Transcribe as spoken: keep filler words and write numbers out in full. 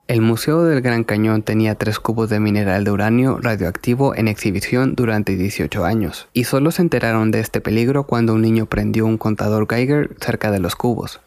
El Museo del Gran Cañón tenía tres cubos de mineral de uranio radioactivo en exhibición durante dieciocho años, y solo se enteraron de este peligro cuando un niño prendió un contador Geiger cerca de los cubos.